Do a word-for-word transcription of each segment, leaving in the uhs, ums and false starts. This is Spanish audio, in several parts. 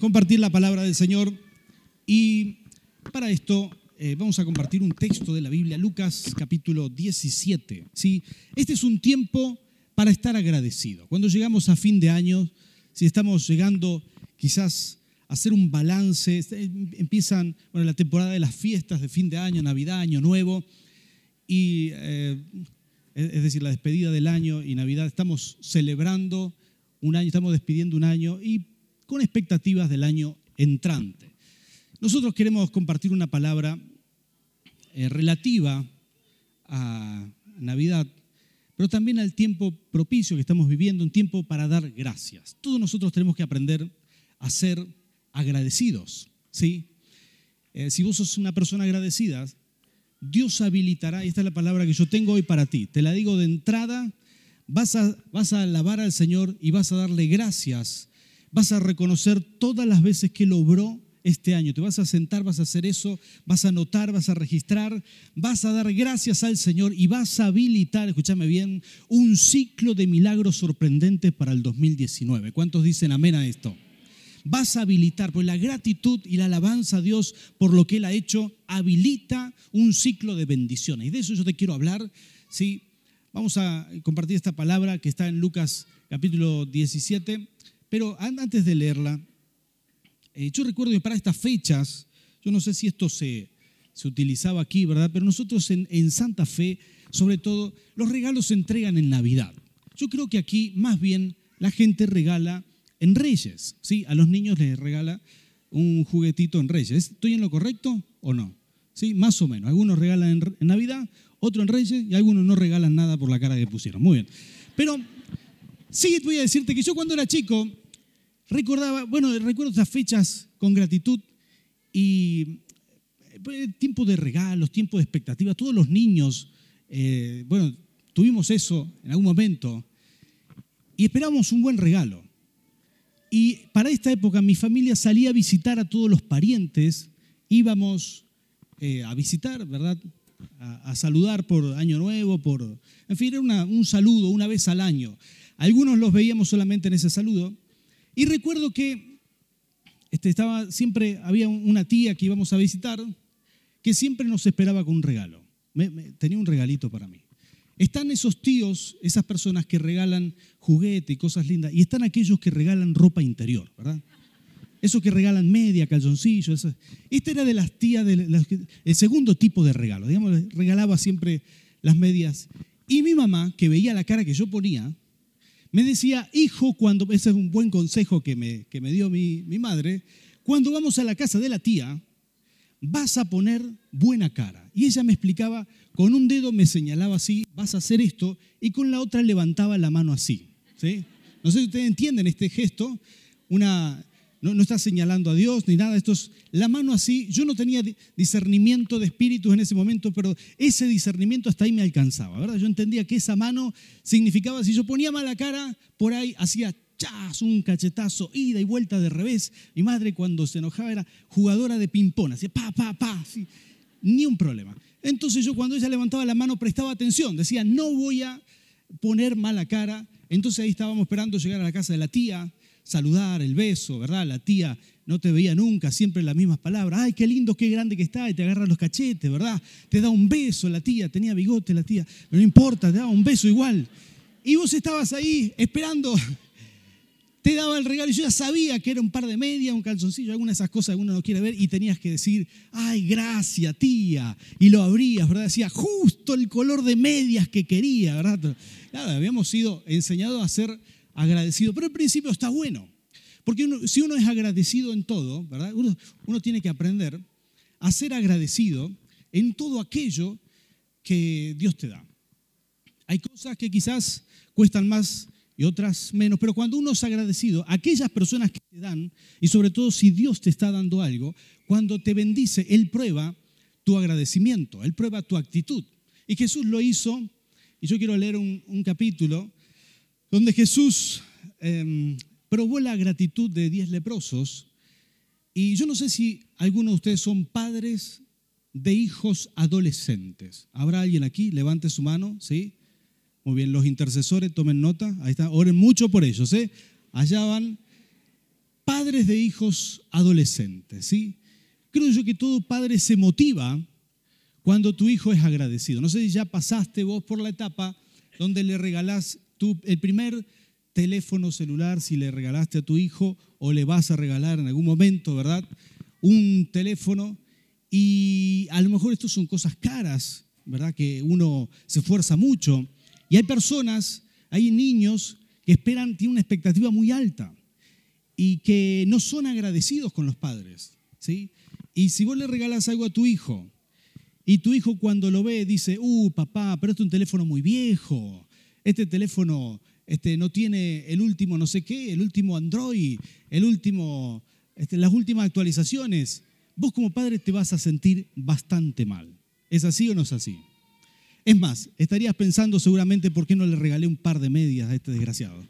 compartir la palabra del Señor y para esto eh, vamos a compartir un texto de la Biblia, Lucas capítulo diecisiete. ¿Sí? Este es un tiempo para estar agradecido. Cuando llegamos a fin de año, si estamos llegando quizás a hacer un balance, empiezan bueno, la temporada de las fiestas de fin de año, Navidad, Año Nuevo, y eh, es decir, la despedida del año y Navidad, estamos celebrando un año, estamos despidiendo un año y con expectativas del año entrante. Nosotros queremos compartir una palabra eh, relativa a Navidad, pero también al tiempo propicio que estamos viviendo, un tiempo para dar gracias. Todos nosotros tenemos que aprender a ser agradecidos, ¿sí? Eh, si vos sos una persona agradecida, Dios habilitará, y esta es la palabra que yo tengo hoy para ti, te la digo de entrada, vas a, vas a alabar al Señor y vas a darle gracias, vas a reconocer todas las veces que Él obró este año, te vas a sentar, vas a hacer eso, vas a anotar, vas a registrar, vas a dar gracias al Señor y vas a habilitar, escúchame bien, un ciclo de milagros sorprendentes para el dos mil diecinueve. ¿Cuántos dicen amén a esto? Vas a habilitar, pues la gratitud y la alabanza a Dios por lo que Él ha hecho habilita un ciclo de bendiciones. Y de eso yo te quiero hablar, ¿sí? Vamos a compartir esta palabra que está en Lucas capítulo diecisiete, pero antes de leerla, eh, yo recuerdo que para estas fechas, yo no sé si esto se, se utilizaba aquí, ¿verdad? Pero nosotros en, en Santa Fe, sobre todo, los regalos se entregan en Navidad. Yo creo que aquí más bien la gente regala en Reyes, ¿sí? A los niños les regala un juguetito en Reyes. ¿Estoy en lo correcto o no? ¿Sí? Más o menos. Algunos regalan en, en Navidad, otros en Reyes y algunos no regalan nada por la cara que pusieron. Muy bien. Pero sí voy a decirte que yo cuando era chico recordaba, bueno, recuerdo estas fechas con gratitud y tiempo de regalos, tiempo de expectativas. Todos los niños, eh, bueno, tuvimos eso en algún momento y esperábamos un buen regalo. Y para esta época mi familia salía a visitar a todos los parientes, íbamos eh, a visitar, ¿verdad? A, a saludar por Año Nuevo, por, en fin, era una, un saludo una vez al año. Algunos los veíamos solamente en ese saludo. Y recuerdo que este, estaba, siempre había una tía que íbamos a visitar que siempre nos esperaba con un regalo. Me, me, tenía un regalito para mí. Están esos tíos, esas personas que regalan juguete y cosas lindas, y están aquellos que regalan ropa interior, ¿verdad? Esos que regalan media, calzoncillo. Esas. Esta era de las tías, de las, el segundo tipo de regalo. Digamos, regalaba siempre las medias. Y mi mamá, que veía la cara que yo ponía, me decía, hijo, cuando, ese es un buen consejo que me, que me dio mi, mi madre, cuando vamos a la casa de la tía, vas a poner buena cara. Y ella me explicaba, con un dedo me señalaba así, vas a hacer esto, y con la otra levantaba la mano así. ¿Sí? No sé si ustedes entienden este gesto, una, no, no está señalando a Dios ni nada, esto es la mano así. Yo no tenía discernimiento de espíritus en ese momento, pero ese discernimiento hasta ahí me alcanzaba, ¿verdad? Yo entendía que esa mano significaba, si yo ponía mala cara, por ahí hacía chas, un cachetazo, ida y vuelta de revés. Mi madre cuando se enojaba era jugadora de ping-pong, hacía pa, pa, pa, así, ni un problema. Entonces yo cuando ella levantaba la mano prestaba atención, decía no voy a poner mala cara. Entonces ahí estábamos esperando llegar a la casa de la tía, saludar, el beso, ¿verdad? La tía no te veía nunca, siempre las mismas palabras. Ay, qué lindo, qué grande que está, y te agarra los cachetes, ¿verdad? Te da un beso la tía, tenía bigote la tía, pero no importa, te daba un beso igual. Y vos estabas ahí esperando, te daba el regalo y yo ya sabía que era un par de medias, un calzoncillo, alguna de esas cosas que uno no quiere ver y tenías que decir, ay, gracias, tía. Y lo abrías, ¿verdad? Decía, justo el color de medias que quería, ¿verdad? Nada, habíamos sido enseñados a ser agradecidos, pero al principio está bueno. Porque uno, si uno es agradecido en todo, ¿verdad? Uno, uno tiene que aprender a ser agradecido en todo aquello que Dios te da. Hay cosas que quizás cuestan más y otras menos, pero cuando uno es agradecido, aquellas personas que te dan, y sobre todo si Dios te está dando algo, cuando te bendice, Él prueba tu agradecimiento, Él prueba tu actitud. Y Jesús lo hizo, y yo quiero leer un, un capítulo donde Jesús eh, probó la gratitud de diez leprosos, y yo no sé si algunos de ustedes son padres de hijos adolescentes. ¿Habrá alguien aquí? Levante su mano, ¿sí? Muy bien, los intercesores tomen nota, ahí está, oren mucho por ellos, ¿eh? Allá van. padres de hijos adolescentes, ¿sí? Creo yo que todo padre se motiva cuando tu hijo es agradecido. No sé si ya pasaste vos por la etapa donde le regalás tu, el primer teléfono celular, si le regalaste a tu hijo o le vas a regalar en algún momento, ¿verdad? Un teléfono, y a lo mejor estos son cosas caras, ¿verdad? Que uno se esfuerza mucho. Y hay personas, hay niños que esperan, tienen una expectativa muy alta y que no son agradecidos con los padres, ¿sí? Y si vos le regalás algo a tu hijo y tu hijo cuando lo ve dice, uh, papá, pero este es un teléfono muy viejo, este teléfono este, no tiene el último no sé qué, el último Android, el último, este, las últimas actualizaciones, vos como padre te vas a sentir bastante mal. ¿Es así o no es así? Es más, estarías pensando seguramente por qué no le regalé un par de medias a este desgraciado.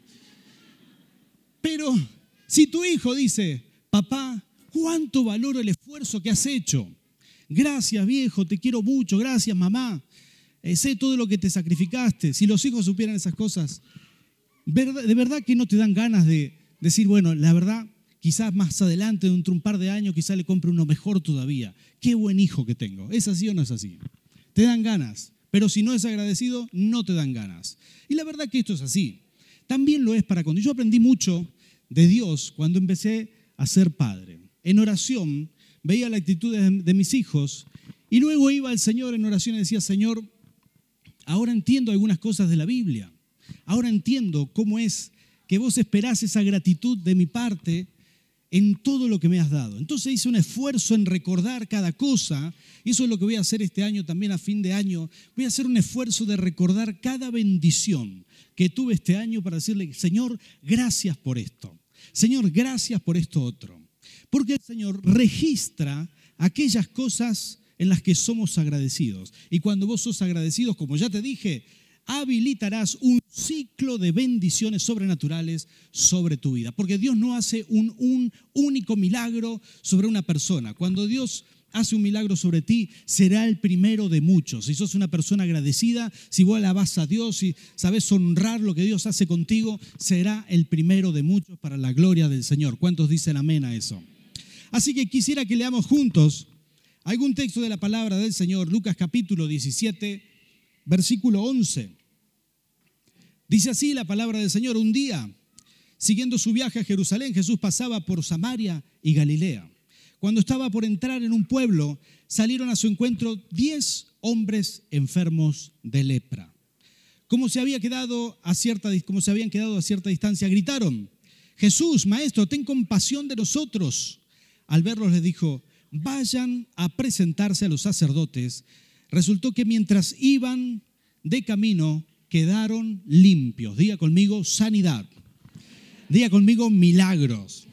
Pero si tu hijo dice, papá, ¿cuánto valoro el esfuerzo que has hecho? Gracias, viejo, te quiero mucho, gracias, mamá. Eh, sé todo lo que te sacrificaste. Si los hijos supieran esas cosas, de verdad que no te dan ganas de decir, bueno, la verdad, quizás más adelante, dentro de un par de años, quizás le compre uno mejor todavía. Qué buen hijo que tengo. ¿Es así o no es así? Te dan ganas, pero si no es agradecido, no te dan ganas. Y la verdad que esto es así. También lo es para cuando yo aprendí mucho de Dios cuando empecé a ser padre. En oración veía la actitud de, de mis hijos y luego iba al Señor en oración y decía, Señor, ahora entiendo algunas cosas de la Biblia. Ahora entiendo cómo es que vos esperás esa gratitud de mi parte en todo lo que me has dado. Entonces hice un esfuerzo en recordar cada cosa, y eso es lo que voy a hacer este año también a fin de año. Voy a hacer un esfuerzo de recordar cada bendición que tuve este año para decirle, Señor, gracias por esto. Señor, gracias por esto otro. Porque el Señor registra aquellas cosas en las que somos agradecidos. Y cuando vos sos agradecidos, como ya te dije, habilitarás un ciclo de bendiciones sobrenaturales sobre tu vida. Porque Dios no hace un, un único milagro sobre una persona. Cuando Dios hace un milagro sobre ti, será el primero de muchos. Si sos una persona agradecida, si vos alabás a Dios, si sabés honrar lo que Dios hace contigo, será el primero de muchos para la gloria del Señor. ¿Cuántos dicen amén a eso? Así que quisiera que leamos juntos algún texto de la palabra del Señor, Lucas capítulo diecisiete, versículo once. Dice así la palabra del Señor: un día, siguiendo su viaje a Jerusalén, Jesús pasaba por Samaria y Galilea. Cuando estaba por entrar en un pueblo, salieron a su encuentro diez hombres enfermos de lepra. Como se había quedado a cierta, como se habían quedado a cierta distancia, gritaron: Jesús, Maestro, ten compasión de nosotros. Al verlos les dijo: vayan a presentarse a los sacerdotes. Resultó que mientras iban de camino, quedaron limpios. Diga conmigo sanidad. Diga conmigo milagros.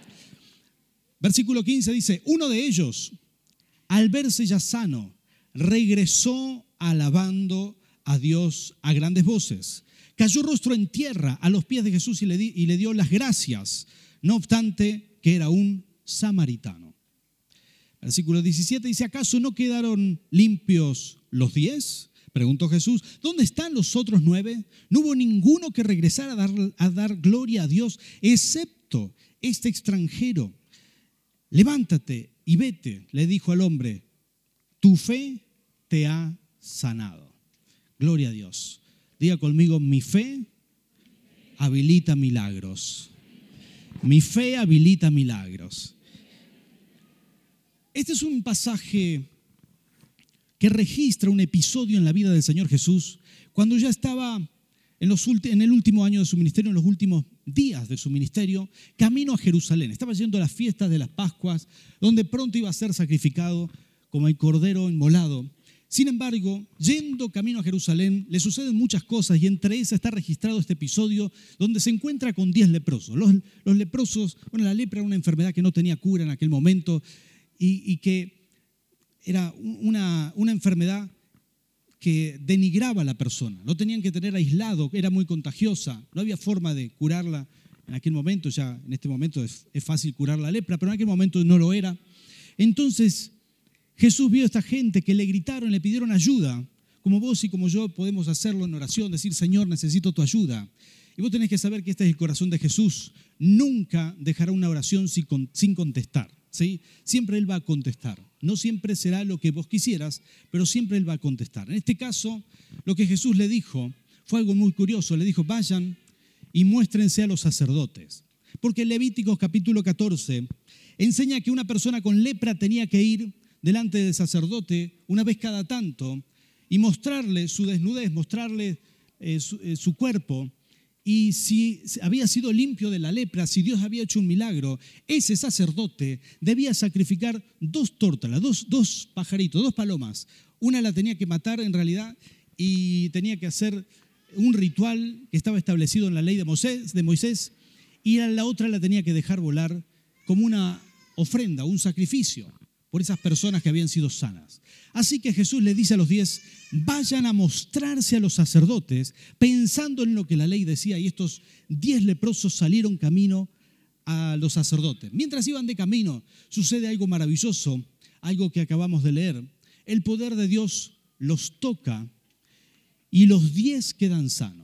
Versículo quince dice: uno de ellos, al verse ya sano, regresó alabando a Dios a grandes voces. Cayó rostro en tierra a los pies de Jesús y le, di, y le dio las gracias, no obstante que era un samaritano. Versículo diecisiete dice: ¿acaso no quedaron limpios los diez? Preguntó Jesús. ¿Dónde están los otros nueve? No hubo ninguno que regresara a dar, a dar gloria a Dios, excepto este extranjero. Levántate y vete, le dijo al hombre, tu fe te ha sanado. Gloria a Dios. Diga conmigo: mi fe habilita milagros. Mi fe habilita milagros. Este es un pasaje que registra un episodio en la vida del Señor Jesús cuando ya estaba en, los ulti- en el último año de su ministerio, en los últimos días de su ministerio, camino a Jerusalén. Estaba yendo a las fiestas de las Pascuas, donde pronto iba a ser sacrificado como el cordero inmolado. Sin embargo, yendo camino a Jerusalén, le suceden muchas cosas y entre esas está registrado este episodio donde se encuentra con diez leprosos. Los, los leprosos, bueno, la lepra era una enfermedad que no tenía cura en aquel momento y, y que era una, una enfermedad que denigraba a la persona. Lo tenían que tener aislado, era muy contagiosa, no había forma de curarla en aquel momento. Ya en este momento es, es fácil curar la lepra, pero en aquel momento no lo era. Entonces Jesús vio a esta gente que le gritaron, le pidieron ayuda, como vos y como yo podemos hacerlo en oración, decir: Señor, necesito tu ayuda. Y vos tenés que saber que este es el corazón de Jesús. Nunca dejará una oración sin contestar, ¿sí? Siempre Él va a contestar. No siempre será lo que vos quisieras, pero siempre Él va a contestar. En este caso, lo que Jesús le dijo fue algo muy curioso. Le dijo, vayan y muéstrense a los sacerdotes. Porque Levíticos capítulo catorce enseña que una persona con lepra tenía que ir delante del sacerdote una vez cada tanto y mostrarle su desnudez, mostrarle eh, su, eh, su cuerpo. Y si había sido limpio de la lepra, si Dios había hecho un milagro, ese sacerdote debía sacrificar dos tórtolas, dos, dos pajaritos, dos palomas. Una la tenía que matar en realidad y tenía que hacer un ritual que estaba establecido en la ley de Moisés, de Moisés, y la otra la tenía que dejar volar como una ofrenda, un sacrificio por esas personas que habían sido sanas. Así que Jesús le dice a los diez, vayan a mostrarse a los sacerdotes pensando en lo que la ley decía, y estos diez leprosos salieron camino a los sacerdotes. Mientras iban de camino, sucede algo maravilloso, algo que acabamos de leer. El poder de Dios los toca y los diez quedan sanos.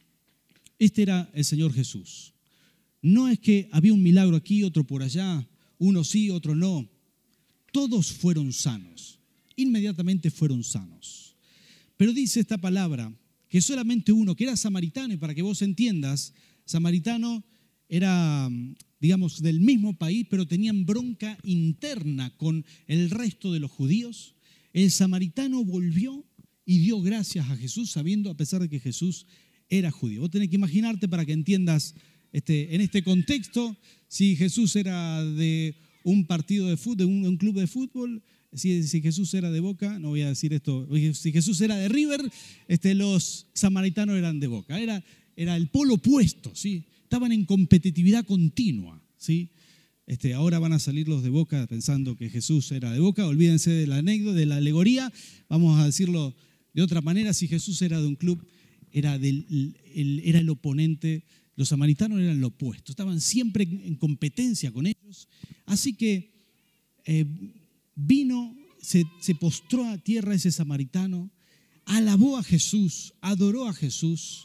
Este era el Señor Jesús. No es que había un milagro aquí, otro por allá, uno sí, otro no. Todos fueron sanos. Inmediatamente fueron sanos. Pero dice esta palabra que solamente uno, que era samaritano, y para que vos entiendas, samaritano era, digamos, del mismo país, pero tenían bronca interna con el resto de los judíos. El samaritano volvió y dio gracias a Jesús, sabiendo, a pesar de que Jesús era judío. Vos tenés que imaginarte para que entiendas este, en este contexto, si Jesús era de un partido de fútbol, de un, de un club de fútbol, si, si Jesús era de Boca, no voy a decir esto, si Jesús era de River, este, los samaritanos eran de Boca. Era, era el polo opuesto, ¿sí? Estaban en competitividad continua, ¿sí? Este, ahora van a salir los de Boca pensando que Jesús era de Boca. Olvídense de la anécdota, de la alegoría. Vamos a decirlo de otra manera. Si Jesús era de un club, era, del, el, era el oponente. Los samaritanos eran lo opuesto. Estaban siempre en competencia con ellos. Así que eh, vino, se, se postró a tierra ese samaritano, alabó a Jesús, adoró a Jesús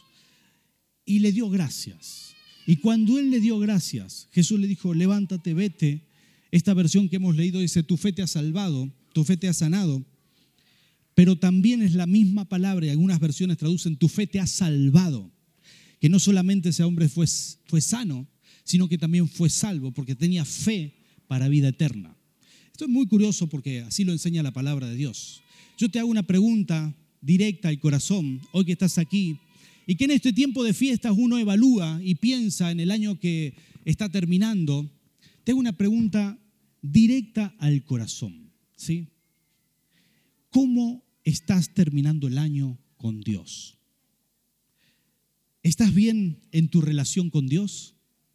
y le dio gracias. Y cuando él le dio gracias, Jesús le dijo, levántate, vete. Esta versión que hemos leído dice, tu fe te ha salvado, tu fe te ha sanado. Pero también es la misma palabra, y algunas versiones traducen, tu fe te ha salvado. Que no solamente ese hombre fue, fue sano, sino que también fue salvo, porque tenía fe para vida eterna. Esto es muy curioso porque así lo enseña la palabra de Dios. Yo te hago una pregunta directa al corazón, hoy que estás aquí, y que en este tiempo de fiestas uno evalúa y piensa en el año que está terminando. Te hago una pregunta directa al corazón, ¿sí? ¿Cómo estás terminando el año con Dios? ¿Estás bien en tu relación con Dios?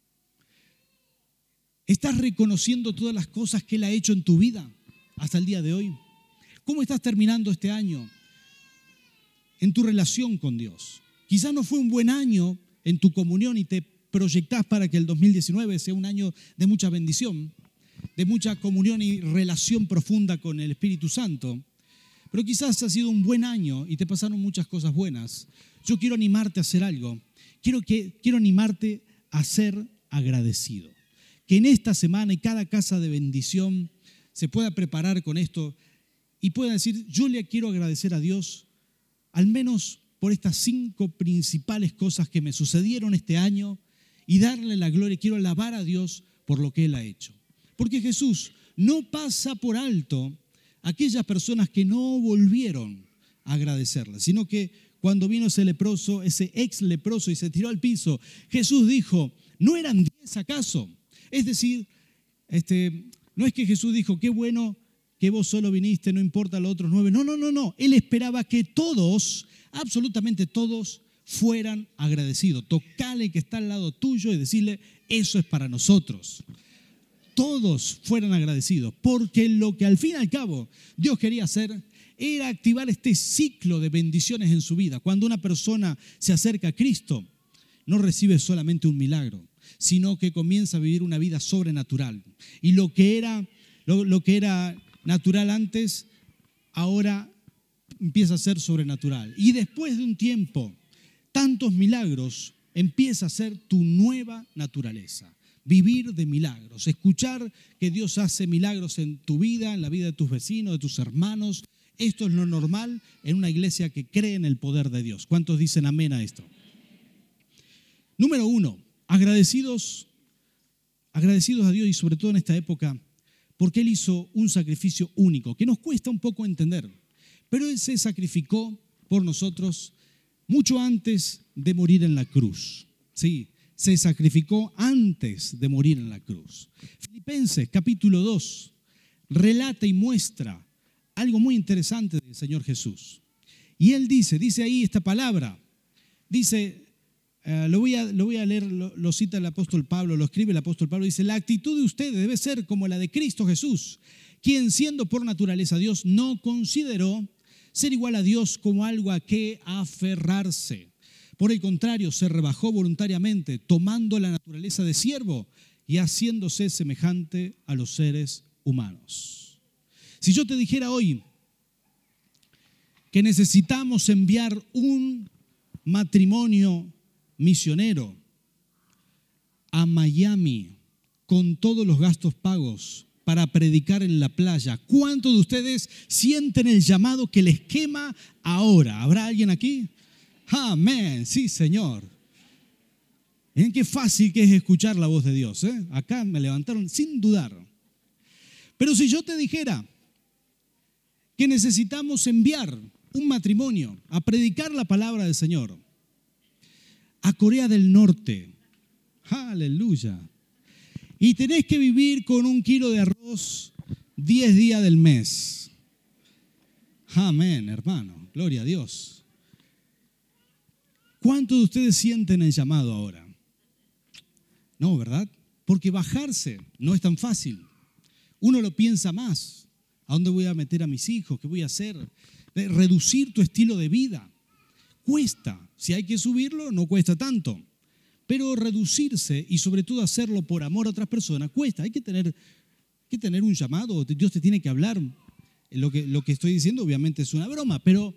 ¿Estás reconociendo todas las cosas que Él ha hecho en tu vida hasta el día de hoy? ¿Cómo estás terminando este año en tu relación con Dios? Quizás no fue un buen año en tu comunión y te proyectás para que el dos mil diecinueve sea un año de mucha bendición, de mucha comunión y relación profunda con el Espíritu Santo. Pero quizás ha sido un buen año y te pasaron muchas cosas buenas. Yo quiero animarte a hacer algo. Quiero, que, quiero animarte a ser agradecido. Que en esta semana y cada casa de bendición se pueda preparar con esto y pueda decir, yo le quiero agradecer a Dios al menos por estas cinco principales cosas que me sucedieron este año y darle la gloria. Quiero alabar a Dios por lo que Él ha hecho. Porque Jesús no pasa por alto a aquellas personas que no volvieron a agradecerle, sino que cuando vino ese leproso, ese ex leproso y se tiró al piso, Jesús dijo, ¿no eran diez acaso? Es decir, este, no es que Jesús dijo, qué bueno que vos solo viniste, no importa los otros nueve. No, no, no, no. Él esperaba que todos, absolutamente todos, fueran agradecidos. Tocale que está al lado tuyo y decirle, eso es para nosotros. Todos fueran agradecidos, porque lo que al fin y al cabo Dios quería hacer era activar este ciclo de bendiciones en su vida. Cuando una persona se acerca a Cristo, no recibe solamente un milagro, sino que comienza a vivir una vida sobrenatural. Y lo que era, lo, lo que era natural antes, ahora empieza a ser sobrenatural. Y después de un tiempo, tantos milagros empieza a ser tu nueva naturaleza. Vivir de milagros, escuchar que Dios hace milagros en tu vida, en la vida de tus vecinos, de tus hermanos. Esto es lo normal en una iglesia que cree en el poder de Dios. ¿Cuántos dicen amén a esto? Número uno, agradecidos, agradecidos a Dios y sobre todo en esta época, porque Él hizo un sacrificio único, que nos cuesta un poco entender, pero Él se sacrificó por nosotros mucho antes de morir en la cruz. Sí, se sacrificó antes de morir en la cruz. Filipenses capítulo dos relata y muestra algo muy interesante del Señor Jesús. Y Él dice, dice ahí esta palabra, dice, uh, lo, voy a, lo voy a leer, lo, lo cita el apóstol Pablo, lo escribe el apóstol Pablo, dice, la actitud de ustedes debe ser como la de Cristo Jesús, quien siendo por naturaleza Dios no consideró ser igual a Dios como algo a que aferrarse. Por el contrario, se rebajó voluntariamente, tomando la naturaleza de siervo y haciéndose semejante a los seres humanos. Si yo te dijera hoy que necesitamos enviar un matrimonio misionero a Miami con todos los gastos pagos para predicar en la playa, ¿cuántos de ustedes sienten el llamado que les quema ahora? ¿Habrá alguien aquí? Amén, sí, Señor. Miren qué fácil que es escuchar la voz de Dios, ¿eh? Acá me levantaron sin dudar. Pero si yo te dijera que necesitamos enviar un matrimonio a predicar la palabra del Señor a Corea del Norte, aleluya, y tenés que vivir con un kilo de arroz diez días del mes. Amén, hermano, gloria a Dios. ¿Cuántos de ustedes sienten el llamado ahora? No, ¿verdad? Porque bajarse no es tan fácil. Uno lo piensa más. ¿A dónde voy a meter a mis hijos? ¿Qué voy a hacer? Reducir tu estilo de vida. Cuesta. Si hay que subirlo, no cuesta tanto. Pero reducirse y sobre todo hacerlo por amor a otras personas cuesta. Hay que tener, hay que tener un llamado. Dios te tiene que hablar. Lo que, lo que estoy diciendo obviamente es una broma, pero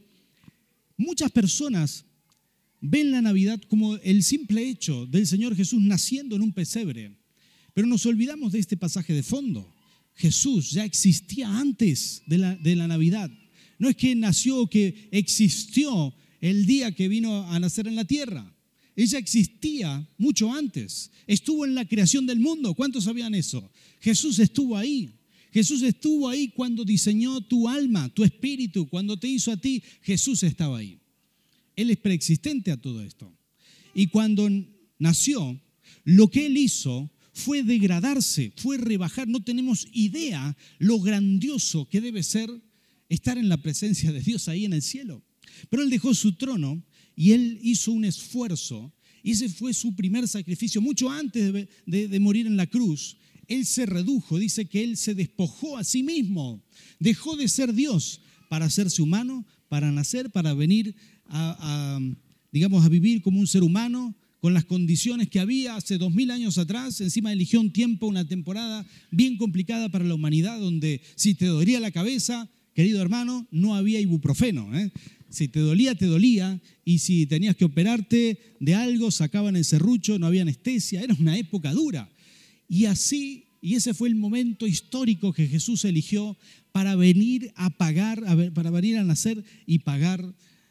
muchas personas ven la Navidad como el simple hecho del Señor Jesús naciendo en un pesebre. Pero nos olvidamos de este pasaje de fondo. Jesús ya existía antes de la, de la Navidad. No es que nació, que existió el día que vino a nacer en la tierra. Ella existía mucho antes. Estuvo en la creación del mundo. ¿Cuántos sabían eso? Jesús estuvo ahí. Jesús estuvo ahí cuando diseñó tu alma, tu espíritu, cuando te hizo a ti. Jesús estaba ahí. Él es preexistente a todo esto. Y cuando nació, lo que Él hizo fue degradarse, fue rebajar. No tenemos idea lo grandioso que debe ser estar en la presencia de Dios ahí en el cielo. Pero Él dejó su trono y Él hizo un esfuerzo. Y ese fue su primer sacrificio. Mucho antes de, de, de morir en la cruz, Él se redujo. Dice que Él se despojó a sí mismo. Dejó de ser Dios para hacerse humano, para nacer, para venir a, a, digamos, a vivir como un ser humano, con las condiciones que había hace dos mil años atrás. Encima eligió un tiempo, una temporada bien complicada para la humanidad, donde si te dolía la cabeza, querido hermano, no había ibuprofeno, ¿eh? Si te dolía, te dolía, y si tenías que operarte de algo, sacaban el serrucho, no había anestesia, era una época dura. Y así, y ese fue el momento histórico que Jesús eligió para venir a pagar, para venir a nacer y pagar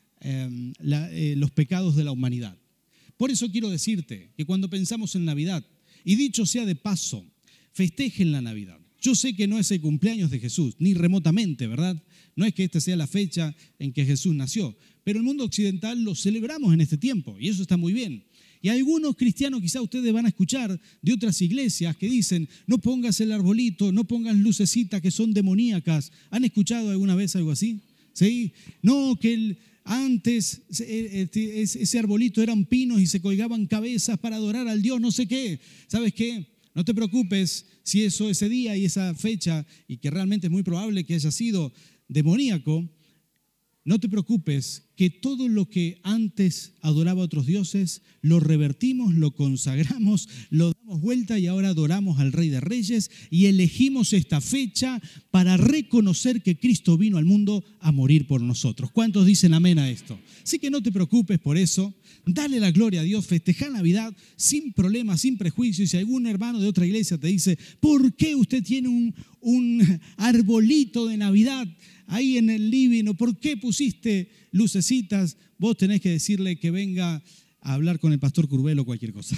eh, la, eh, los pecados de la humanidad. Por eso quiero decirte que cuando pensamos en Navidad, y dicho sea de paso, festejen la Navidad. Yo sé que no es el cumpleaños de Jesús, ni remotamente, ¿verdad? No es que esta sea la fecha en que Jesús nació, pero el mundo occidental lo celebramos en este tiempo y eso está muy bien. Y algunos cristianos quizá ustedes van a escuchar de otras iglesias que dicen, no pongas el arbolito, no pongas lucecitas que son demoníacas. ¿Han escuchado alguna vez algo así? ¿Sí? No, que el... Antes ese arbolito eran pinos y se colgaban cabezas para adorar al Dios no sé qué. ¿Sabes qué? No te preocupes si eso ese día y esa fecha, y que realmente es muy probable que haya sido demoníaco, no te preocupes, que todo lo que antes adoraba a otros dioses, lo revertimos, lo consagramos, lo damos vuelta y ahora adoramos al Rey de Reyes y elegimos esta fecha para reconocer que Cristo vino al mundo a morir por nosotros. ¿Cuántos dicen amén a esto? Así que no te preocupes por eso, dale la gloria a Dios, festeja Navidad sin problemas, sin prejuicios. Si algún hermano de otra iglesia te dice, ¿por qué usted tiene un, un arbolito de Navidad ahí en el living? ¿O por qué pusiste lucecitas? Vos tenés que decirle que venga a hablar con el pastor Curbelo o cualquier cosa.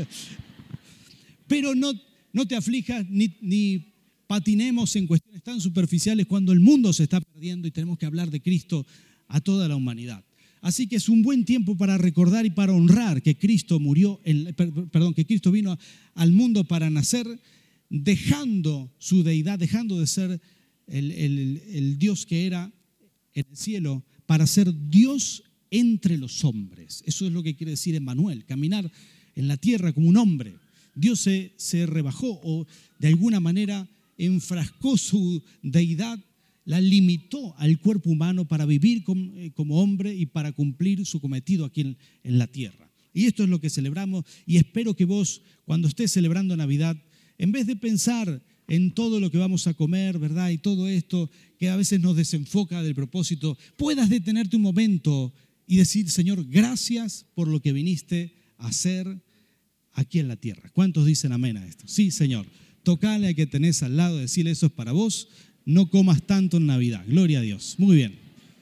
Pero no, no te aflijas ni, ni patinemos en cuestiones tan superficiales cuando el mundo se está perdiendo y tenemos que hablar de Cristo a toda la humanidad. Así que es un buen tiempo para recordar y para honrar que Cristo murió, en, perdón, que Cristo vino al mundo para nacer, dejando su deidad, dejando de ser El, el, el Dios que era en el cielo para ser Dios entre los hombres. Eso es lo que quiere decir Emmanuel, caminar en la tierra como un hombre. Dios se, se rebajó o de alguna manera enfrascó su deidad, la limitó al cuerpo humano para vivir como, como hombre y para cumplir su cometido aquí en, en la tierra. Y esto es lo que celebramos y espero que vos, cuando estés celebrando Navidad, en vez de pensar en todo lo que vamos a comer, ¿verdad? Y todo esto que a veces nos desenfoca del propósito, puedas detenerte un momento y decir, Señor, gracias por lo que viniste a hacer aquí en la tierra. ¿Cuántos dicen amén a esto? Sí, Señor. Tocale al que tenés al lado, decirle, eso es para vos, no comas tanto en Navidad. Gloria a Dios. Muy bien.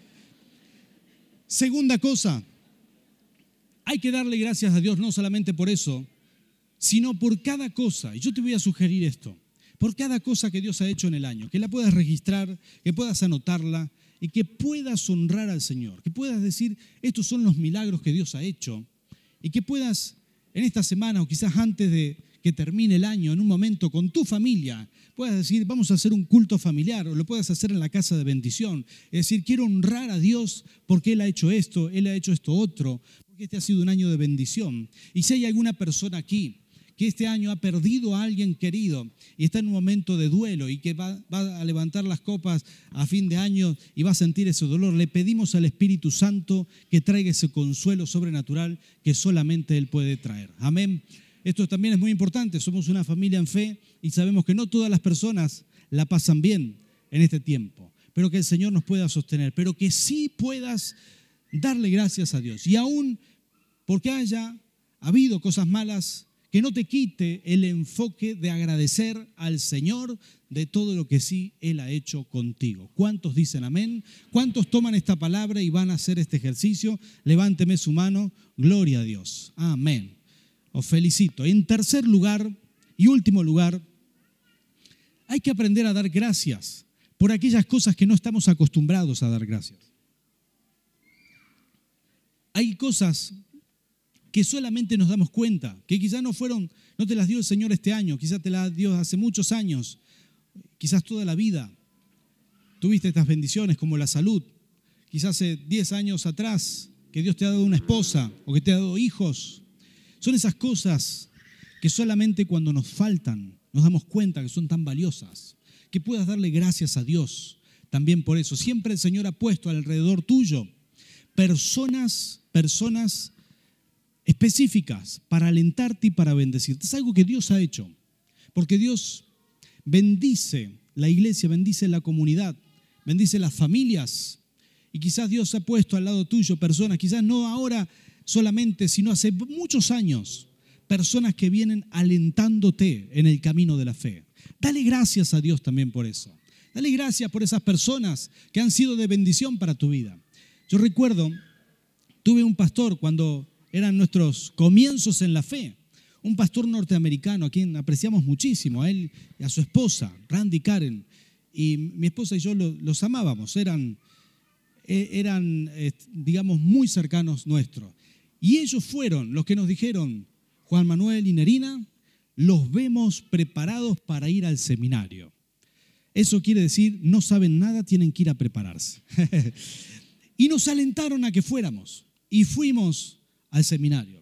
Segunda cosa, hay que darle gracias a Dios no solamente por eso, sino por cada cosa. Y yo te voy a sugerir esto. Por cada cosa que Dios ha hecho en el año, que la puedas registrar, que puedas anotarla y que puedas honrar al Señor, que puedas decir, estos son los milagros que Dios ha hecho y que puedas en esta semana o quizás antes de que termine el año, en un momento con tu familia, puedas decir, vamos a hacer un culto familiar o lo puedas hacer en la casa de bendición. Es decir, quiero honrar a Dios porque Él ha hecho esto, Él ha hecho esto otro, porque este ha sido un año de bendición. Y si hay alguna persona aquí que este año ha perdido a alguien querido y está en un momento de duelo y que va, va a levantar las copas a fin de año y va a sentir ese dolor, le pedimos al Espíritu Santo que traiga ese consuelo sobrenatural que solamente Él puede traer. Amén. Esto también es muy importante, somos una familia en fe y sabemos que no todas las personas la pasan bien en este tiempo, pero que el Señor nos pueda sostener, pero que sí puedas darle gracias a Dios. Y aún porque haya habido cosas malas, que no te quite el enfoque de agradecer al Señor de todo lo que sí Él ha hecho contigo. ¿Cuántos dicen amén? ¿Cuántos toman esta palabra y van a hacer este ejercicio? Levánteme su mano. Gloria a Dios. Amén. Os felicito. En tercer lugar y último lugar, hay que aprender a dar gracias por aquellas cosas que no estamos acostumbrados a dar gracias. Hay cosas que solamente nos damos cuenta, que quizás no fueron, no te las dio el Señor este año, quizás te las dio hace muchos años, quizás toda la vida. Tuviste estas bendiciones como la salud, quizás hace diez años atrás, que Dios te ha dado una esposa o que te ha dado hijos. Son esas cosas que solamente cuando nos faltan nos damos cuenta que son tan valiosas, que puedas darle gracias a Dios también por eso. Siempre el Señor ha puesto alrededor tuyo personas, personas específicas para alentarte y para bendecirte. Es algo que Dios ha hecho, porque Dios bendice la iglesia, bendice la comunidad, bendice las familias. Y quizás Dios ha puesto al lado tuyo personas, quizás no ahora solamente, sino hace muchos años, personas que vienen alentándote en el camino de la fe. Dale gracias a Dios también por eso. Dale gracias por esas personas que han sido de bendición para tu vida. Yo recuerdo, tuve un pastor cuando eran nuestros comienzos en la fe, un pastor norteamericano a quien apreciamos muchísimo, a él y a su esposa, Randy Karen, y mi esposa y yo los amábamos, eran, eran digamos, muy cercanos nuestros. Y ellos fueron los que nos dijeron, Juan Manuel y Nerina, los vemos preparados para ir al seminario. Eso quiere decir, no saben nada, tienen que ir a prepararse. Y nos alentaron a que fuéramos, y fuimos al seminario.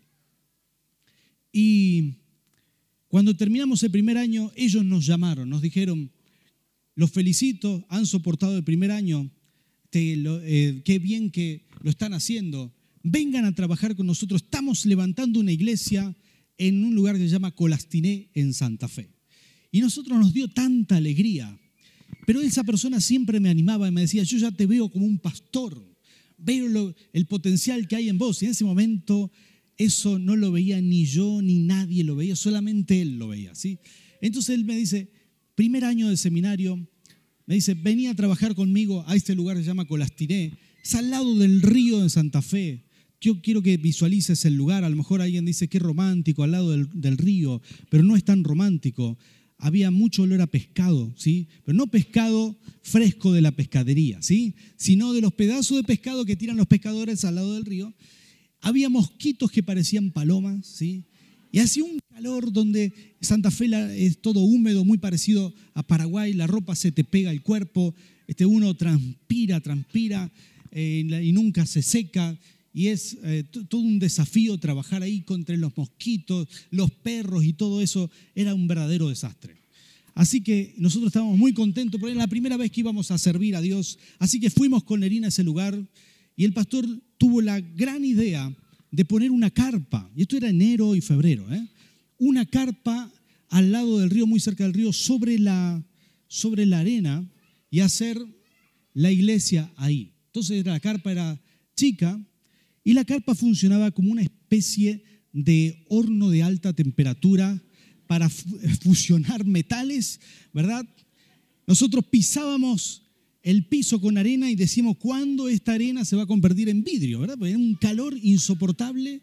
Y cuando terminamos el primer año, ellos nos llamaron, nos dijeron, los felicito, han soportado el primer año te lo, eh, qué bien que lo están haciendo. Vengan a trabajar con nosotros. Estamos levantando una iglesia en un lugar que se llama Colastiné, en Santa Fe. Y a nosotros nos dio tanta alegría. Pero esa persona siempre me animaba y me decía, yo ya te veo como un pastor. Veo lo, el potencial que hay en vos. Y en ese momento eso no lo veía ni yo ni nadie lo veía, solamente él lo veía, ¿sí? Entonces él me dice, primer año de seminario, me dice, venía a trabajar conmigo a este lugar que se llama Colastiné, es al lado del río de Santa Fe. Yo quiero que visualices el lugar. A lo mejor alguien dice, qué romántico, al lado del, del río, pero no es tan romántico. Había mucho olor a pescado, ¿sí? Pero no pescado fresco de la pescadería, ¿sí? Sino de los pedazos de pescado que tiran los pescadores al lado del río. Había mosquitos que parecían palomas, ¿sí? Y hacía un calor donde Santa Fe es todo húmedo, muy parecido a Paraguay, la ropa se te pega al cuerpo, este, uno transpira, transpira eh, y nunca se seca. Y es eh, t- todo un desafío trabajar ahí contra los mosquitos, los perros y todo eso. Era un verdadero desastre. Así que nosotros estábamos muy contentos, porque era la primera vez que íbamos a servir a Dios. Así que fuimos con Nerina a ese lugar y el pastor tuvo la gran idea de poner una carpa. Y esto era enero y febrero. ¿eh? Una carpa al lado del río, muy cerca del río, sobre la, sobre la arena y hacer la iglesia ahí. Entonces la carpa era chica. Y la carpa funcionaba como una especie de horno de alta temperatura para fusionar metales, ¿verdad? Nosotros pisábamos el piso con arena y decíamos, ¿cuándo esta arena se va a convertir en vidrio? ¿Verdad? Porque era un calor insoportable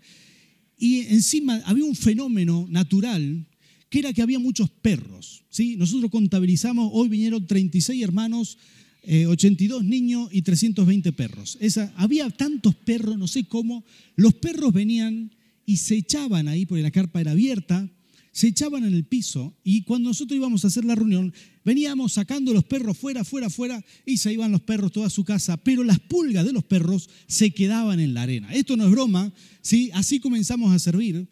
y encima había un fenómeno natural que era que había muchos perros, ¿sí? Nosotros contabilizamos, hoy vinieron treinta y seis hermanos, Eh, ochenta y dos niños y trescientos veinte perros. Esa, había tantos perros, no sé cómo. Los perros venían y se echaban ahí, porque la carpa era abierta, se echaban en el piso y cuando nosotros íbamos a hacer la reunión, veníamos sacando los perros fuera, fuera, fuera y se iban los perros toda su casa, pero las pulgas de los perros se quedaban en la arena. Esto no es broma, ¿sí? Así comenzamos a servir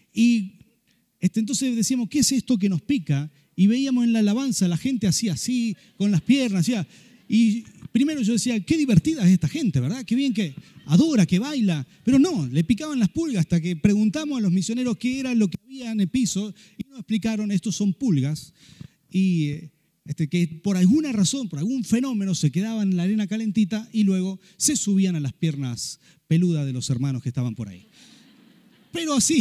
y este, entonces decíamos, ¿qué es esto que nos pica? Y veíamos en la alabanza, la gente hacía así, con las piernas, hacía... Y primero yo decía, qué divertida es esta gente, ¿verdad? Qué bien que adora, que baila. Pero no, le picaban las pulgas hasta que preguntamos a los misioneros qué era lo que había en el piso y nos explicaron, estos son pulgas. Y este, que por alguna razón, por algún fenómeno, se quedaban en la arena calentita y luego se subían a las piernas peludas de los hermanos que estaban por ahí. Pero así,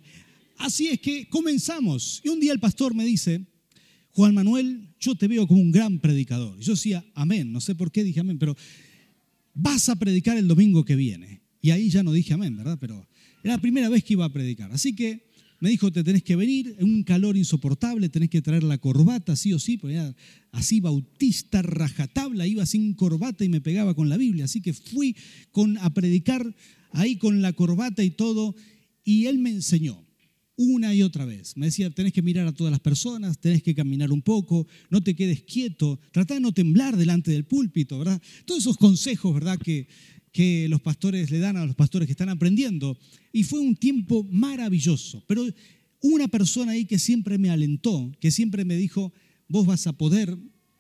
así es que comenzamos. Y un día el pastor me dice, Juan Manuel, yo te veo como un gran predicador. Yo decía, amén, no sé por qué dije amén, pero vas a predicar el domingo que viene. Y ahí ya no dije amén, ¿verdad? Pero era la primera vez que iba a predicar. Así que me dijo, te tenés que venir, en un calor insoportable, tenés que traer la corbata, sí o sí, porque era así bautista, rajatabla, iba sin corbata y me pegaba con la Biblia. Así que fui con, a predicar ahí con la corbata y todo, y él me enseñó. Una y otra vez. Me decía, tenés que mirar a todas las personas, tenés que caminar un poco, no te quedes quieto, tratá de no temblar delante del púlpito, ¿verdad? Todos esos consejos, ¿verdad?, que, que los pastores le dan a los pastores que están aprendiendo. Y fue un tiempo maravilloso. Pero una persona ahí que siempre me alentó, que siempre me dijo, vos vas a poder,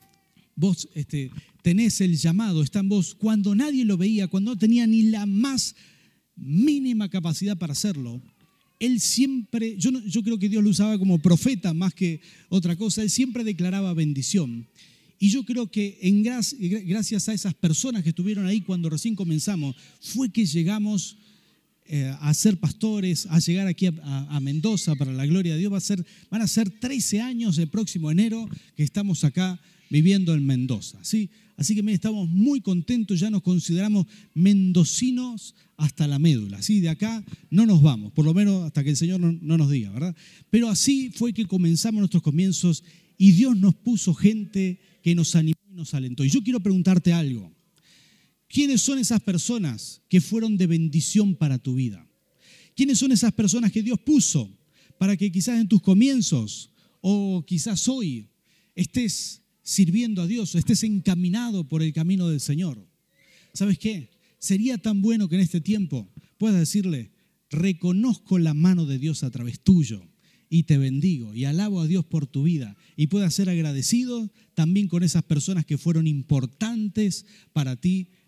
vos este, tenés el llamado, está en vos. Cuando nadie lo veía, cuando no tenía ni la más mínima capacidad para hacerlo, él siempre, yo, no, yo creo que Dios lo usaba como profeta más que otra cosa, él siempre declaraba bendición. Y yo creo que en gracias a esas personas que estuvieron ahí cuando recién comenzamos, fue que llegamos eh, a ser pastores, a llegar aquí a, a, a Mendoza para la gloria de Dios. Va a ser, van a ser trece años el próximo enero que estamos acá viviendo en Mendoza, ¿sí? Así que mire, estamos muy contentos, ya nos consideramos mendocinos hasta la médula, ¿sí? De acá no nos vamos, por lo menos hasta que el Señor no, no nos diga, ¿verdad? Pero así fue que comenzamos nuestros comienzos y Dios nos puso gente que nos animó y nos alentó. Y yo quiero preguntarte algo. ¿Quiénes son esas personas que fueron de bendición para tu vida? ¿Quiénes son esas personas que Dios puso para que quizás en tus comienzos o quizás hoy estés sirviendo a Dios, estés encaminado por el camino del Señor? ¿Sabes qué? Sería tan bueno que en este tiempo puedas decirle, reconozco la mano de Dios a través tuyo y te bendigo y alabo a Dios por tu vida y puedas ser agradecido también con esas personas que fueron importantes para ti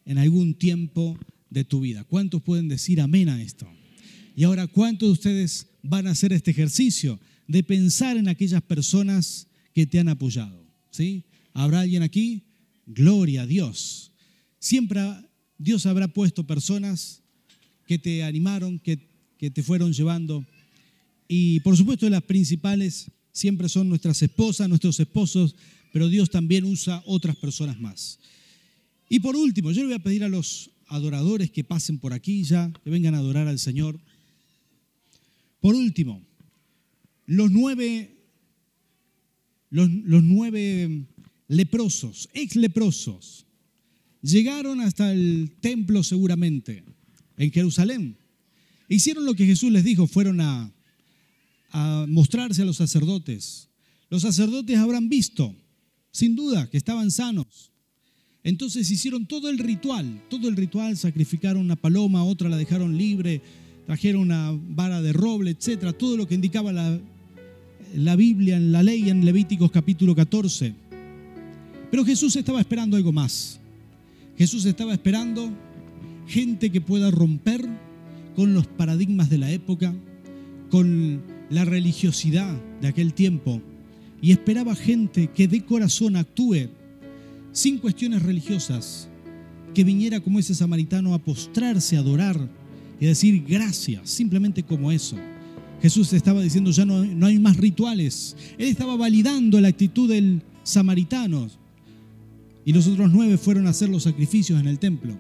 en algún tiempo de tu vida. ¿Cuántos pueden decir amén a esto? Y ahora, ¿cuántos de ustedes van a hacer este ejercicio de pensar en aquellas personas que te han apoyado? ¿Sí? ¿Habrá alguien aquí? Gloria a Dios. Siempre Dios habrá puesto personas que te animaron, que, que te fueron llevando. Y por supuesto las principales siempre son nuestras esposas, nuestros esposos, pero Dios también usa otras personas más. Y por último, yo le voy a pedir a los adoradores que pasen por aquí ya, que vengan a adorar al Señor. Por último, los nueve, los, los nueve leprosos, ex leprosos, llegaron hasta el templo seguramente, en Jerusalén. Hicieron lo que Jesús les dijo, fueron a, a mostrarse a los sacerdotes. Los sacerdotes habrán visto, sin duda, que estaban sanos. Entonces hicieron todo el ritual, todo el ritual, sacrificaron una paloma, otra la dejaron libre, trajeron una vara de roble, etcétera, todo lo que indicaba la, la Biblia, en la ley, en Levíticos capítulo catorce. Pero Jesús estaba esperando algo más. Jesús estaba esperando gente que pueda romper con los paradigmas de la época, con la religiosidad de aquel tiempo, y esperaba gente que de corazón actúe sin cuestiones religiosas, que viniera como ese samaritano a postrarse, a adorar y a decir gracias, simplemente como eso. Jesús estaba diciendo ya no, no hay más rituales. Él estaba validando la actitud del samaritano y los otros nueve fueron a hacer los sacrificios en el templo.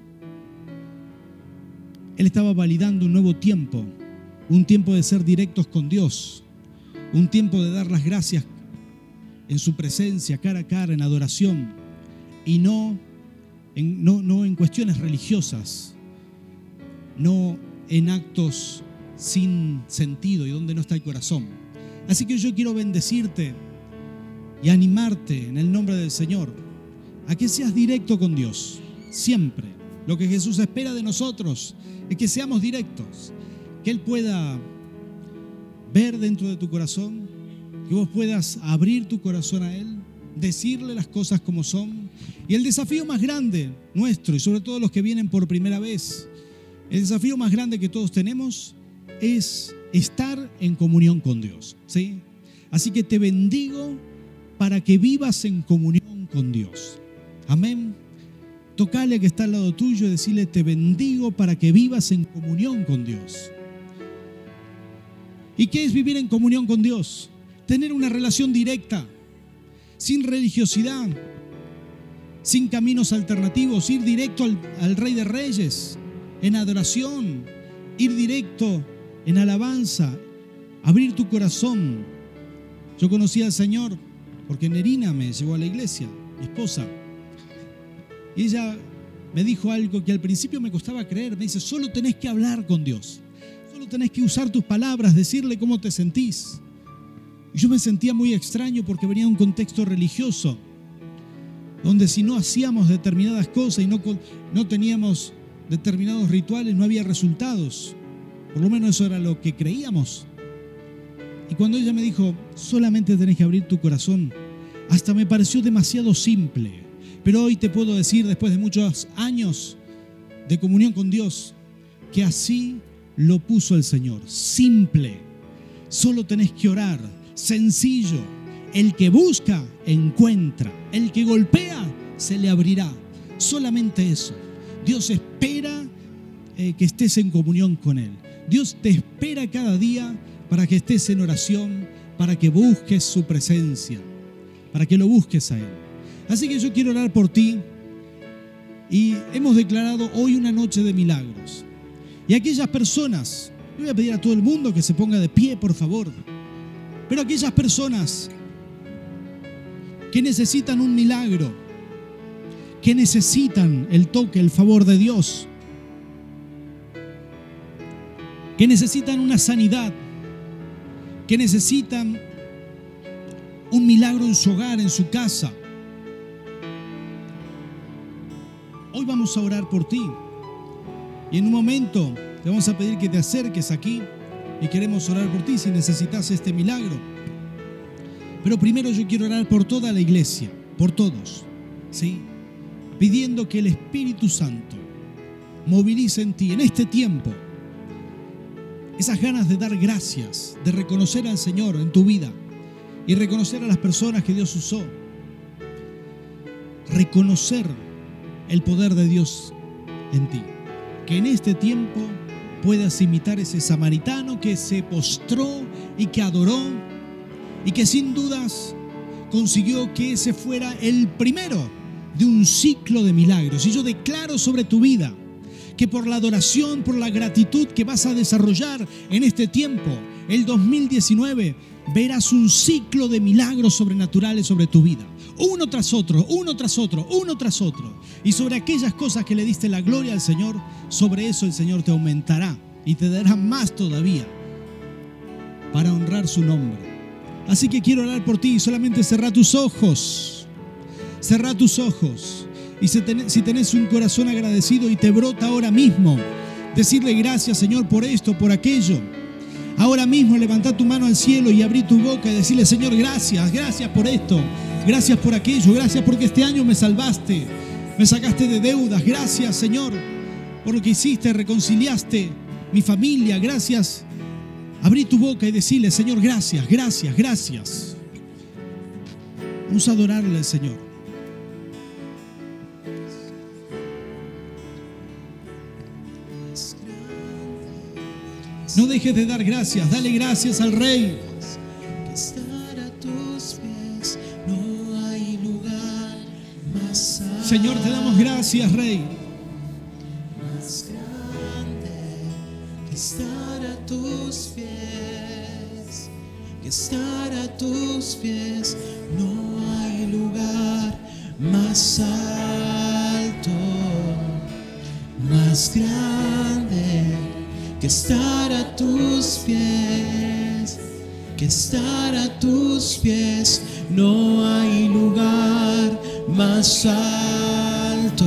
Él estaba validando un nuevo tiempo, un tiempo de ser directos con Dios, un tiempo de dar las gracias en su presencia, cara a cara, en adoración, y no en, no, no en cuestiones religiosas, no en actos sin sentido y donde no está el corazón. Así que yo quiero bendecirte y animarte en el nombre del Señor a que seas directo con Dios, siempre. Lo que Jesús espera de nosotros es que seamos directos, que Él pueda ver dentro de tu corazón, que vos puedas abrir tu corazón a Él, decirle las cosas como son. Y el desafío más grande nuestro, y sobre todo los que vienen por primera vez, el desafío más grande que todos tenemos es estar en comunión con Dios, ¿sí? Así que te bendigo para que vivas en comunión con Dios. Amén. Tocale a que está al lado tuyo y decirle: te bendigo para que vivas en comunión con Dios. ¿Y qué es vivir en comunión con Dios? Tener una relación directa, sin religiosidad, sin caminos alternativos, ir directo al, al Rey de Reyes, en adoración, ir directo en alabanza, abrir tu corazón. Yo conocí al Señor porque Nerina me llevó a la iglesia, mi esposa. Y ella me dijo algo que al principio me costaba creer. Me dice: solo tenés que hablar con Dios, solo tenés que usar tus palabras, decirle cómo te sentís. Y yo me sentía muy extraño porque venía de un contexto religioso, donde si no hacíamos determinadas cosas y no, no teníamos determinados rituales, no había resultados. Por lo menos eso era lo que creíamos. Y cuando ella me dijo: solamente tenés que abrir tu corazón, hasta me pareció demasiado simple. Pero hoy te puedo decir, después de muchos años de comunión con Dios, que así lo puso el Señor. Simple. Solo tenés que orar. Sencillo. El que busca, encuentra. El que golpea, se le abrirá. Solamente eso. Dios espera eh, que estés en comunión con Él. Dios te espera cada día para que estés en oración, para que busques su presencia, para que lo busques a Él. Así que yo quiero orar por ti y hemos declarado hoy una noche de milagros. Y aquellas personas, le voy a pedir a todo el mundo que se ponga de pie, por favor, pero aquellas personas que necesitan un milagro, que necesitan el toque, el favor de Dios, que necesitan una sanidad, que necesitan un milagro en su hogar, en su casa. Hoy vamos a orar por ti. Y en un momento te vamos a pedir que te acerques aquí y queremos orar por ti si necesitas este milagro. Pero primero yo quiero orar por toda la iglesia, por todos, ¿sí? Pidiendo que el Espíritu Santo movilice en ti, en este tiempo, esas ganas de dar gracias, de reconocer al Señor en tu vida y reconocer a las personas que Dios usó. Reconocer el poder de Dios en ti. Que en este tiempo puedas imitar ese samaritano que se postró y que adoró y que sin dudas consiguió que ese fuera el primero de un ciclo de milagros. Y yo declaro sobre tu vida que por la adoración, por la gratitud que vas a desarrollar en este tiempo, el dos mil diecinueve, verás un ciclo de milagros sobrenaturales sobre tu vida. Uno tras otro, uno tras otro, uno tras otro. Y sobre aquellas cosas que le diste la gloria al Señor, sobre eso el Señor te aumentará y te dará más todavía para honrar su nombre. Así que quiero orar por ti. Solamente cerrá tus ojos. Cerrá tus ojos. Y si tenés, si tenés un corazón agradecido y te brota ahora mismo, decirle gracias, Señor, por esto, por aquello. Ahora mismo levantá tu mano al cielo y abrí tu boca y decirle, Señor, gracias, gracias por esto, gracias por aquello, gracias porque este año me salvaste, me sacaste de deudas, gracias, Señor, por lo que hiciste, reconciliaste mi familia, gracias. Abrí tu boca y decirle, Señor, gracias, gracias, gracias. Vamos a adorarle al Señor. No dejes de dar gracias, dale gracias al Rey. Señor, te damos gracias, Rey. Más grande que estar a tus pies, que estar a tus pies, no hay lugar más alto, más grande que estar a tus pies, que estar a tus pies, no hay lugar más alto,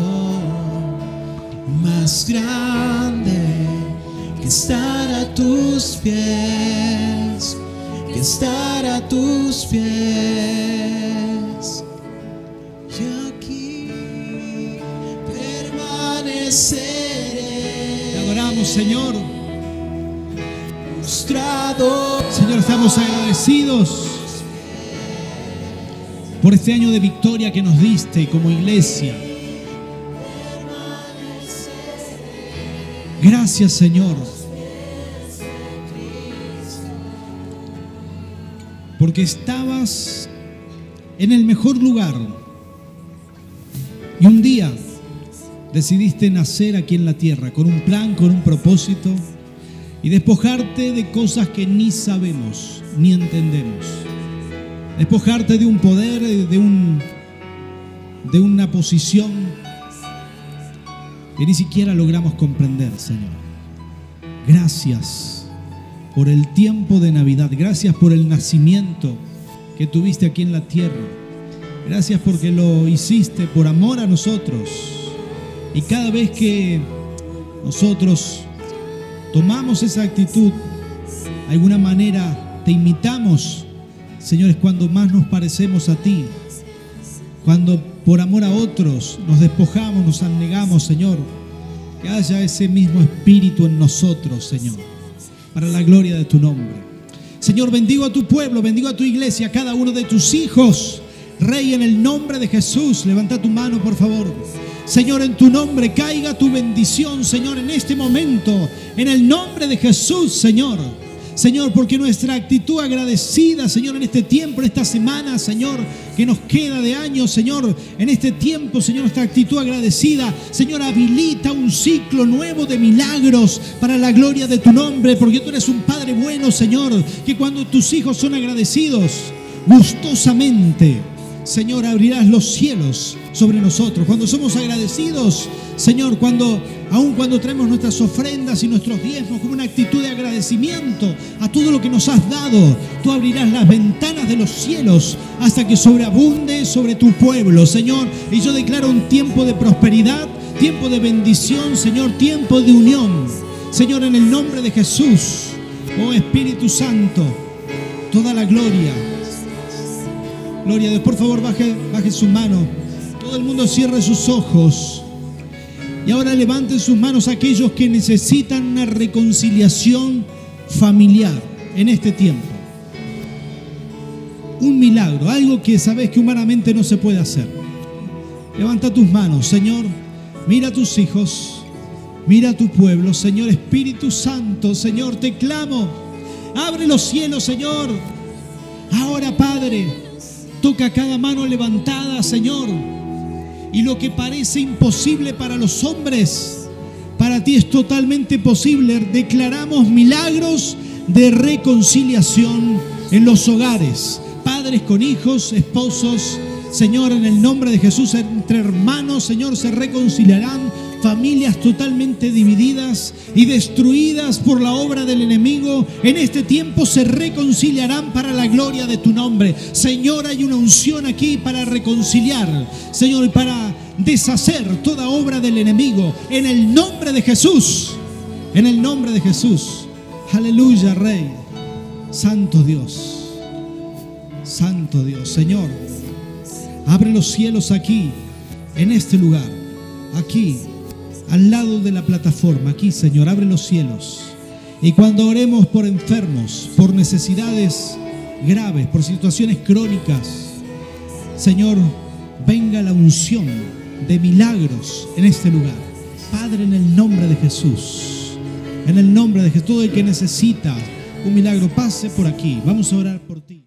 más grande que estar a tus pies, que estar a tus pies. Y aquí permaneceré. Te adoramos, Señor. Señor, estamos agradecidos por este año de victoria que nos diste como iglesia. Gracias, Señor, porque estabas en el mejor lugar y un día decidiste nacer aquí en la tierra con un plan, con un propósito, y despojarte de cosas que ni sabemos ni entendemos. Despojarte de un poder, de, un, de una posición que ni siquiera logramos comprender, Señor. Gracias por el tiempo de Navidad. Gracias por el nacimiento que tuviste aquí en la tierra. Gracias porque lo hiciste por amor a nosotros. Y cada vez que nosotros tomamos esa actitud, de alguna manera te imitamos, Señor, es cuando más nos parecemos a ti. Cuando por amor a otros nos despojamos, nos abnegamos, Señor. Que haya ese mismo espíritu en nosotros, Señor, para la gloria de tu nombre. Señor, bendigo a tu pueblo, bendigo a tu iglesia, a cada uno de tus hijos. Rey, en el nombre de Jesús, levanta tu mano, por favor. Señor, en tu nombre caiga tu bendición, Señor, en este momento, en el nombre de Jesús, Señor. Señor, porque nuestra actitud agradecida, Señor, en este tiempo, en esta semana, Señor, que nos queda de años, Señor, en este tiempo, Señor, nuestra actitud agradecida, Señor, habilita un ciclo nuevo de milagros para la gloria de tu nombre, porque tú eres un Padre bueno, Señor, que cuando tus hijos son agradecidos, gustosamente, Señor, abrirás los cielos sobre nosotros. Cuando somos agradecidos, Señor, cuando aun cuando traemos nuestras ofrendas y nuestros diezmos como una actitud de agradecimiento a todo lo que nos has dado, tú abrirás las ventanas de los cielos hasta que sobreabunde sobre tu pueblo, Señor. Y yo declaro un tiempo de prosperidad, tiempo de bendición, Señor, tiempo de unión, Señor, en el nombre de Jesús. Oh Espíritu Santo, toda la gloria. Gloria a Dios. Por favor, baje, baje su mano. Todo el mundo cierre sus ojos. Y ahora levanten sus manos aquellos que necesitan una reconciliación familiar en este tiempo. Un milagro, algo que sabes que humanamente no se puede hacer. Levanta tus manos, Señor. Mira a tus hijos. Mira a tu pueblo, Señor. Espíritu Santo, Señor, te clamo. Abre los cielos, Señor. Ahora, Padre, toca cada mano levantada, Señor. Y lo que parece imposible para los hombres, para ti es totalmente posible. Declaramos milagros de reconciliación en los hogares. Padres con hijos, esposos, Señor, en el nombre de Jesús, entre hermanos, Señor, se reconciliarán. Familias totalmente divididas y destruidas por la obra del enemigo, en este tiempo se reconciliarán para la gloria de tu nombre. Señor, hay una unción aquí para reconciliar, Señor, y para deshacer toda obra del enemigo, en el nombre de Jesús, en el nombre de Jesús. Aleluya, Rey. Santo Dios, Santo Dios. Señor, abre los cielos aquí, en este lugar, aquí, al lado de la plataforma, aquí, Señor, abre los cielos. Y cuando oremos por enfermos, por necesidades graves, por situaciones crónicas, Señor, venga la unción de milagros en este lugar. Padre, en el nombre de Jesús, en el nombre de Jesús, todo el que necesita un milagro, pase por aquí. Vamos a orar por ti.